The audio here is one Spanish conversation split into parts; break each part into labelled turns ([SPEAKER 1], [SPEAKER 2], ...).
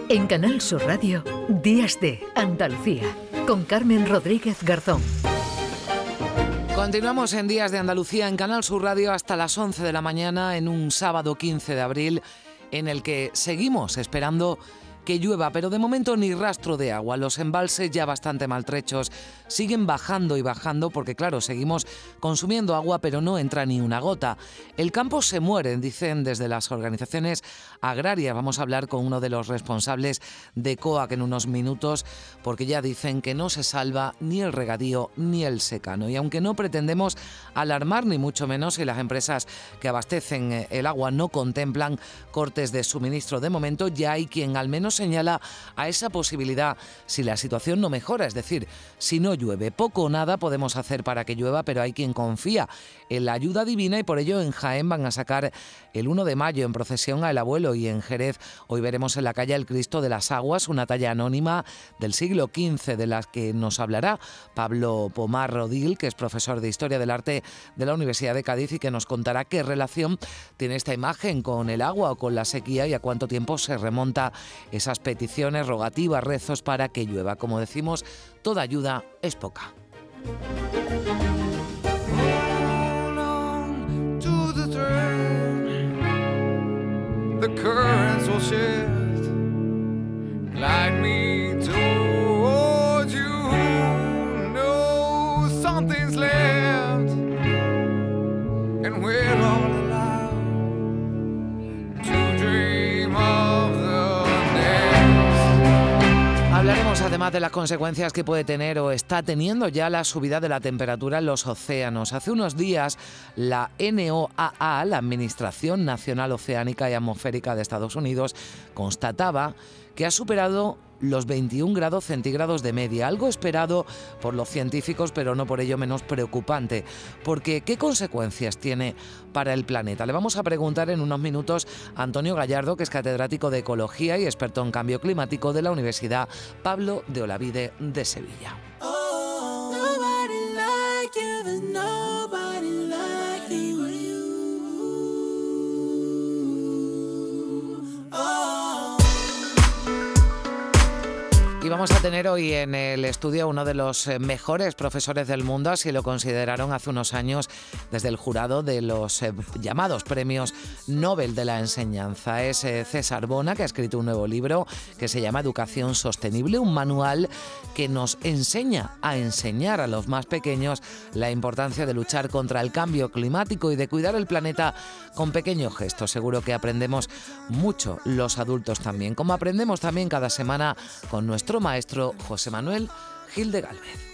[SPEAKER 1] En Canal Sur Radio, Días de Andalucía, con Carmen Rodríguez Garzón.
[SPEAKER 2] Continuamos en Días de Andalucía en Canal Sur Radio hasta las 11 de la mañana en un sábado 15 de abril en el que seguimos esperando que llueva, pero de momento ni rastro de agua. Los embalses, ya bastante maltrechos, siguen bajando y bajando porque, claro, seguimos consumiendo agua, pero no entra ni una gota. El campo se muere, dicen desde las organizaciones agrarias. Vamos a hablar con uno de los responsables de COAC en unos minutos, porque ya dicen que no se salva ni el regadío ni el secano. Y aunque no pretendemos alarmar, ni mucho menos, si las empresas que abastecen el agua no contemplan cortes de suministro de momento, ya hay quien al menos señala a esa posibilidad si la situación no mejora, es decir, si no llueve. Poco o nada podemos hacer para que llueva, pero hay quien confía en la ayuda divina y por ello en Jaén van a sacar el 1 de mayo en procesión al Abuelo, y en Jerez hoy veremos en la calle el Cristo de las Aguas, una talla anónima del siglo XV de la que nos hablará Pablo Pomar Rodil, que es profesor de Historia del Arte de la Universidad de Cádiz y que nos contará qué relación tiene esta imagen con el agua o con la sequía y a cuánto tiempo se remonta esas peticiones, rogativas, rezos para que llueva. Como decimos, toda ayuda es poca.
[SPEAKER 3] The currents will shift, glide me towards you. No, something's left, and we're all allowed to dream of the next.
[SPEAKER 2] Hablaremos además de las consecuencias que puede tener o está teniendo ya la subida de la temperatura en los océanos. Hace unos días la NOAA, la Administración Nacional Oceánica y Atmosférica de Estados Unidos, constataba que ha superado los 21 grados centígrados de media, algo esperado por los científicos, pero no por ello menos preocupante, porque ¿qué consecuencias tiene para el planeta? Le vamos a preguntar en unos minutos a Antonio Gallardo, que es catedrático de Ecología y experto en cambio climático de la Universidad Pablo de Olavide de Sevilla. Y vamos a tener hoy en el estudio a uno de los mejores profesores del mundo, así lo consideraron hace unos años desde el jurado de los llamados premios Nobel de la Enseñanza. Es César Bona, que ha escrito un nuevo libro que se llama Educación Sostenible, un manual que nos enseña a enseñar a los más pequeños la importancia de luchar contra el cambio climático y de cuidar el planeta con pequeños gestos. Seguro que aprendemos mucho los adultos también, como aprendemos también cada semana con nuestro maestro José Manuel Gil de Gálvez.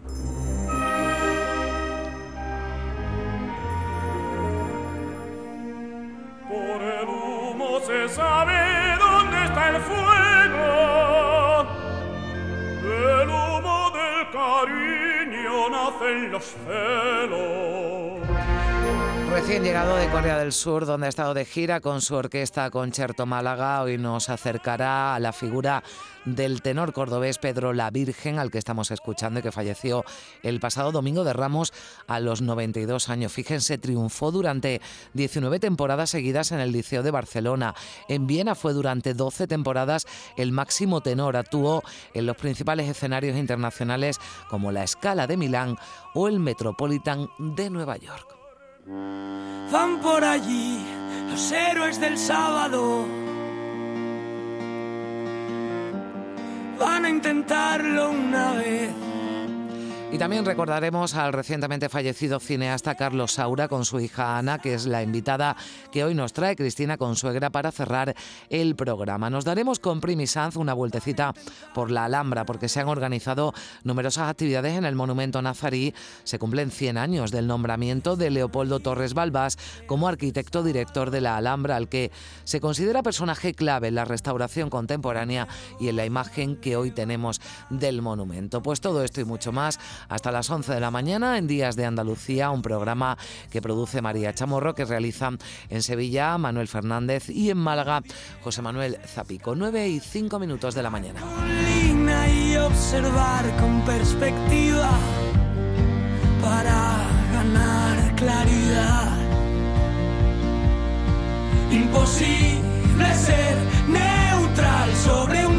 [SPEAKER 4] Por el humo se sabe dónde está el fuego. Del humo del cariño nacen los celos.
[SPEAKER 2] Recién llegado de Corea del Sur, donde ha estado de gira con su orquesta Concerto Málaga, hoy nos acercará a la figura del tenor cordobés Pedro La Virgen, al que estamos escuchando y que falleció el pasado domingo de Ramos a los 92 años. Fíjense, triunfó durante 19 temporadas seguidas en el Liceo de Barcelona. En Viena fue durante 12 temporadas el máximo tenor. Actuó en los principales escenarios internacionales como la Scala de Milán o el Metropolitan de Nueva York.
[SPEAKER 5] Van por allí los héroes del sábado, van a intentarlo una vez.
[SPEAKER 2] Y también recordaremos al recientemente fallecido cineasta Carlos Saura con su hija Ana, que es la invitada que hoy nos trae Cristina Consuegra para cerrar el programa. Nos daremos con Primi Sanz una vueltecita por la Alhambra, porque se han organizado numerosas actividades en el Monumento Nazarí. Se cumplen 100 años del nombramiento de Leopoldo Torres Balbás como arquitecto director de la Alhambra, al que se considera personaje clave en la restauración contemporánea y en la imagen que hoy tenemos del monumento. Pues todo esto y mucho más hasta las 11 de la mañana en Días de Andalucía, un programa que produce María Chamorro, que realizan en Sevilla Manuel Fernández y en Málaga José Manuel Zapico. 9:05 de la mañana.
[SPEAKER 5] Y observar con perspectiva para ganar claridad. Imposible ser neutral sobre un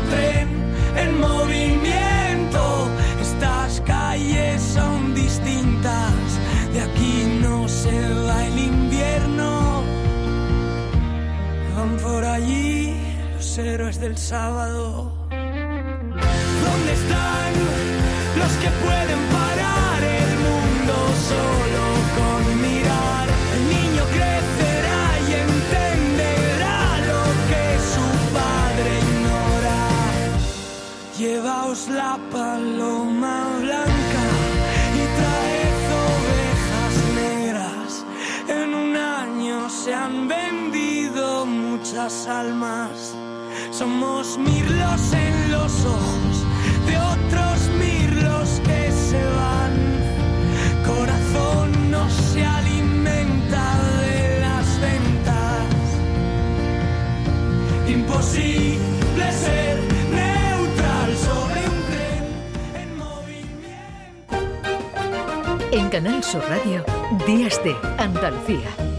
[SPEAKER 5] los héroes del sábado. ¿Dónde están los que pueden parar el mundo solo con mirar? El niño crecerá y entenderá lo que su padre ignora. Llevaos la paloma blanca y traed ovejas negras. En un año se han vendido muchas almas. Somos mirlos en los ojos de otros mirlos que se van. Corazón no se alimenta de las ventas. Imposible ser neutral sobre un tren en movimiento.
[SPEAKER 1] En Canal Sur Radio, Días de Andalucía.